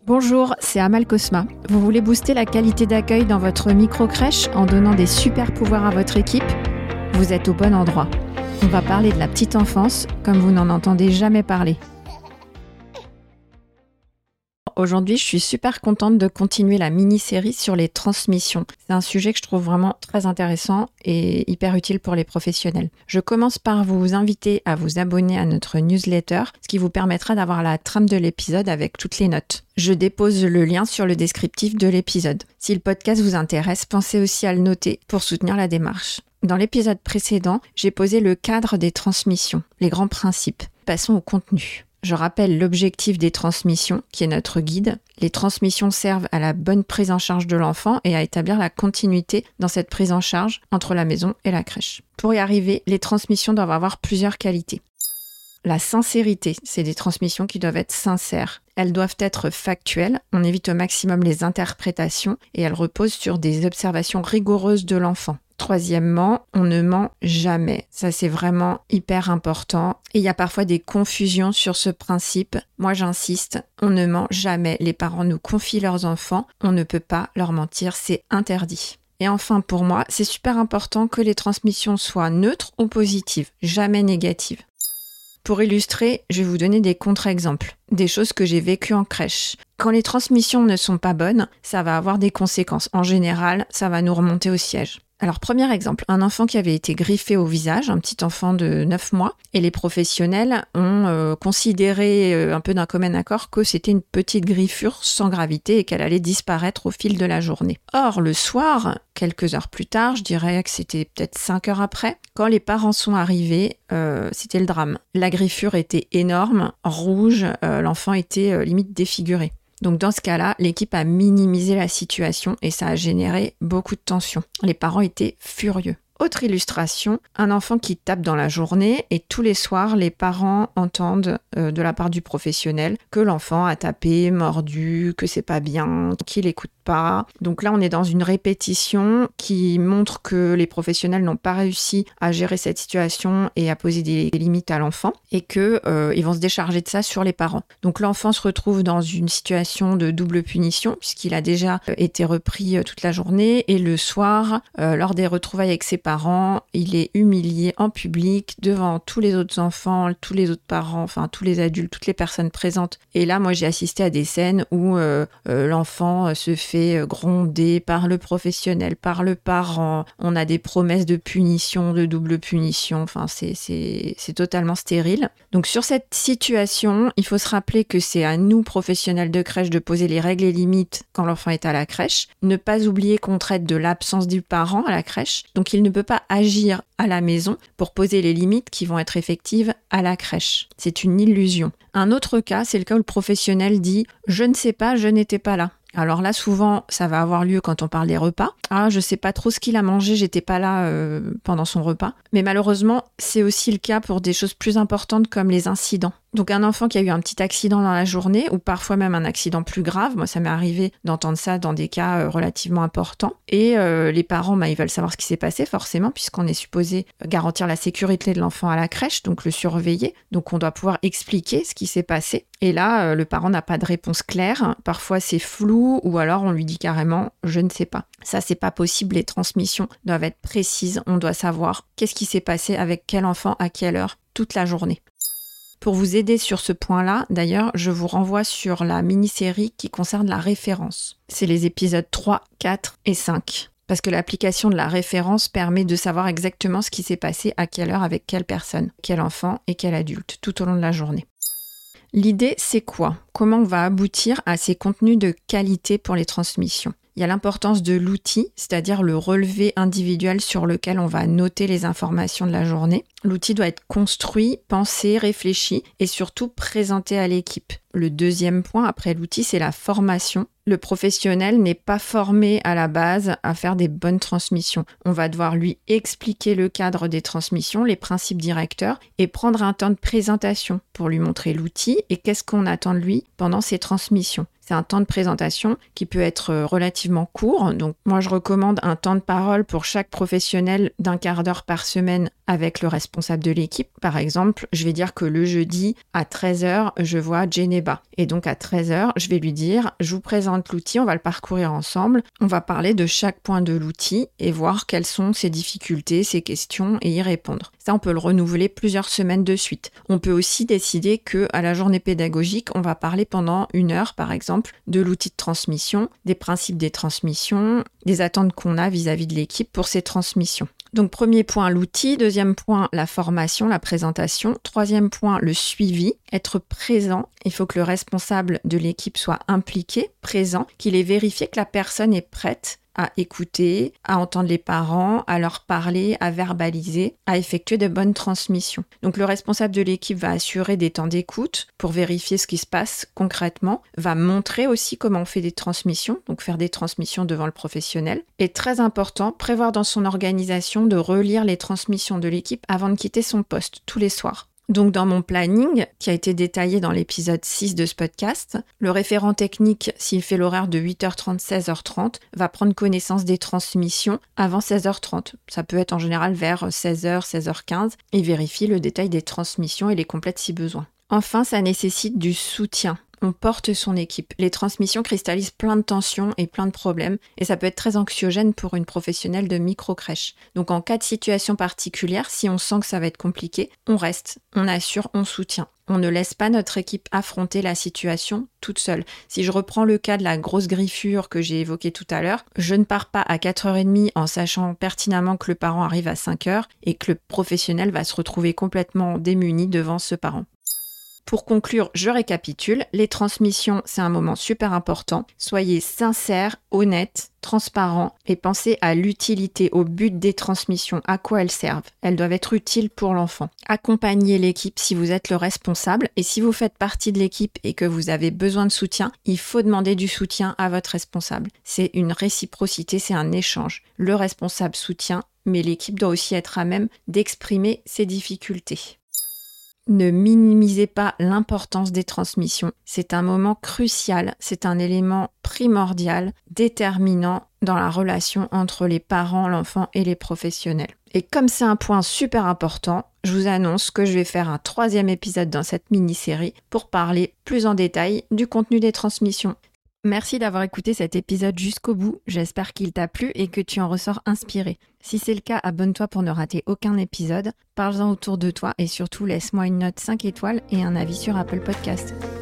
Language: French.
Bonjour, c'est Amal Cosma. Vous voulez booster la qualité d'accueil dans votre micro-crèche en donnant des super pouvoirs à votre équipe ? Vous êtes au bon endroit. On va parler de la petite enfance comme vous n'en entendez jamais parler. Aujourd'hui, je suis super contente de continuer la mini-série sur les transmissions. C'est un sujet que je trouve vraiment très intéressant et hyper utile pour les professionnels. Je commence par vous inviter à vous abonner à notre newsletter, ce qui vous permettra d'avoir la trame de l'épisode avec toutes les notes. Je dépose le lien sur le descriptif de l'épisode. Si le podcast vous intéresse, pensez aussi à le noter pour soutenir la démarche. Dans l'épisode précédent, j'ai posé le cadre des transmissions, les grands principes. Passons au contenu. Je rappelle l'objectif des transmissions, qui est notre guide. Les transmissions servent à la bonne prise en charge de l'enfant et à établir la continuité dans cette prise en charge entre la maison et la crèche. Pour y arriver, les transmissions doivent avoir plusieurs qualités. La sincérité, c'est des transmissions qui doivent être sincères. Elles doivent être factuelles, on évite au maximum les interprétations et elles reposent sur des observations rigoureuses de l'enfant. Troisièmement, on ne ment jamais. Ça, c'est vraiment hyper important. Et il y a parfois des confusions sur ce principe. Moi, j'insiste, on ne ment jamais. Les parents nous confient leurs enfants. On ne peut pas leur mentir, c'est interdit. Et enfin, pour moi, c'est super important que les transmissions soient neutres ou positives, jamais négatives. Pour illustrer, je vais vous donner des contre-exemples, des choses que j'ai vécues en crèche. Quand les transmissions ne sont pas bonnes, ça va avoir des conséquences. En général, ça va nous remonter au siège. Alors, premier exemple, un enfant qui avait été griffé au visage, un petit enfant de 9 mois, et les professionnels ont considéré un peu d'un commun accord que c'était une petite griffure sans gravité et qu'elle allait disparaître au fil de la journée. Or, le soir, quelques heures plus tard, je dirais que c'était peut-être 5 heures après, quand les parents sont arrivés, c'était le drame. La griffure était énorme, rouge, l'enfant était limite défiguré. Donc dans ce cas-là, l'équipe a minimisé la situation et ça a généré beaucoup de tension. Les parents étaient furieux. Autre illustration, un enfant qui tape dans la journée et tous les soirs, les parents entendent de la part du professionnel que l'enfant a tapé, mordu, que c'est pas bien, qu'il écoute pas. Donc là, on est dans une répétition qui montre que les professionnels n'ont pas réussi à gérer cette situation et à poser des limites à l'enfant et que ils vont se décharger de ça sur les parents. Donc l'enfant se retrouve dans une situation de double punition puisqu'il a déjà été repris toute la journée et le soir, lors des retrouvailles avec ses parents, il est humilié en public devant tous les autres enfants, tous les autres parents, enfin tous les adultes, toutes les personnes présentes. Et là, moi, j'ai assisté à des scènes où l'enfant se fait gronder par le professionnel, par le parent. On a des promesses de punition, de double punition. Enfin, c'est totalement stérile. Donc sur cette situation, il faut se rappeler que c'est à nous, professionnels de crèche, de poser les règles et limites quand l'enfant est à la crèche. Ne pas oublier qu'on traite de l'absence du parent à la crèche. Donc il ne peut pas agir à la maison pour poser les limites qui vont être effectives à la crèche. C'est une illusion. Un autre cas, c'est le cas où le professionnel dit « je ne sais pas, je n'étais pas là ». Alors là, souvent, ça va avoir lieu quand on parle des repas. Ah, je sais pas trop ce qu'il a mangé, j'étais pas là pendant son repas. Mais malheureusement, c'est aussi le cas pour des choses plus importantes comme les incidents. Donc un enfant qui a eu un petit accident dans la journée ou parfois même un accident plus grave, moi ça m'est arrivé d'entendre ça dans des cas relativement importants et les parents ils veulent savoir ce qui s'est passé forcément puisqu'on est supposé garantir la sécurité de l'enfant à la crèche, donc le surveiller, donc on doit pouvoir expliquer ce qui s'est passé et là le parent n'a pas de réponse claire, parfois c'est flou ou alors on lui dit carrément je ne sais pas. Ça c'est pas possible, les transmissions doivent être précises, on doit savoir qu'est-ce qui s'est passé avec quel enfant à quelle heure toute la journée. Pour vous aider sur ce point-là, d'ailleurs, je vous renvoie sur la mini-série qui concerne la référence. C'est les épisodes 3, 4 et 5. Parce que l'application de la référence permet de savoir exactement ce qui s'est passé, à quelle heure, avec quelle personne, quel enfant et quel adulte, tout au long de la journée. L'idée, c'est quoi ? Comment on va aboutir à ces contenus de qualité pour les transmissions ? Il y a l'importance de l'outil, c'est-à-dire le relevé individuel sur lequel on va noter les informations de la journée. L'outil doit être construit, pensé, réfléchi et surtout présenté à l'équipe. Le deuxième point après l'outil, c'est la formation. Le professionnel n'est pas formé à la base à faire des bonnes transmissions. On va devoir lui expliquer le cadre des transmissions, les principes directeurs et prendre un temps de présentation pour lui montrer l'outil et qu'est-ce qu'on attend de lui pendant ces transmissions. C'est un temps de présentation qui peut être relativement court. Donc moi, je recommande un temps de parole pour chaque professionnel d'1/4 d'heure par semaine avec le responsable de l'équipe. Par exemple, je vais dire que le jeudi à 13h, je vois Geneba. Et donc à 13h, je vais lui dire, je vous présente l'outil, on va le parcourir ensemble. On va parler de chaque point de l'outil et voir quelles sont ses difficultés, ses questions et y répondre. Ça, on peut le renouveler plusieurs semaines de suite. On peut aussi décider qu'à la journée pédagogique, on va parler pendant 1 heure, par exemple, de l'outil de transmission, des principes des transmissions, des attentes qu'on a vis-à-vis de l'équipe pour ces transmissions. Donc, premier point, l'outil. Deuxième point, la formation, la présentation. Troisième point, le suivi, être présent. Il faut que le responsable de l'équipe soit impliqué, présent, qu'il ait vérifié que la personne est prête à écouter, à entendre les parents, à leur parler, à verbaliser, à effectuer de bonnes transmissions. Donc le responsable de l'équipe va assurer des temps d'écoute pour vérifier ce qui se passe concrètement, va montrer aussi comment on fait des transmissions, donc faire des transmissions devant le professionnel. Et très important, prévoir dans son organisation de relire les transmissions de l'équipe avant de quitter son poste tous les soirs. Donc dans mon planning, qui a été détaillé dans l'épisode 6 de ce podcast, le référent technique, s'il fait l'horaire de 8h30, 16h30, va prendre connaissance des transmissions avant 16h30. Ça peut être en général vers 16h, 16h15 et vérifie le détail des transmissions et les complète si besoin. Enfin, ça nécessite du soutien. On porte son équipe. Les transmissions cristallisent plein de tensions et plein de problèmes et ça peut être très anxiogène pour une professionnelle de micro-crèche. Donc en cas de situation particulière, si on sent que ça va être compliqué, on reste, on assure, on soutient. On ne laisse pas notre équipe affronter la situation toute seule. Si je reprends le cas de la grosse griffure que j'ai évoquée tout à l'heure, je ne pars pas à 4h30 en sachant pertinemment que le parent arrive à 5h et que le professionnel va se retrouver complètement démuni devant ce parent. Pour conclure, je récapitule, les transmissions, c'est un moment super important. Soyez sincères, honnêtes, transparents et pensez à l'utilité, au but des transmissions, à quoi elles servent. Elles doivent être utiles pour l'enfant. Accompagnez l'équipe si vous êtes le responsable et si vous faites partie de l'équipe et que vous avez besoin de soutien, il faut demander du soutien à votre responsable. C'est une réciprocité, c'est un échange. Le responsable soutient, mais l'équipe doit aussi être à même d'exprimer ses difficultés. Ne minimisez pas l'importance des transmissions. C'est un moment crucial, c'est un élément primordial, déterminant dans la relation entre les parents, l'enfant et les professionnels. Et comme c'est un point super important, je vous annonce que je vais faire un 3e épisode dans cette mini-série pour parler plus en détail du contenu des transmissions. Merci d'avoir écouté cet épisode jusqu'au bout, j'espère qu'il t'a plu et que tu en ressors inspiré. Si c'est le cas, abonne-toi pour ne rater aucun épisode, parle-en autour de toi et surtout laisse-moi une note 5 étoiles et un avis sur Apple Podcast.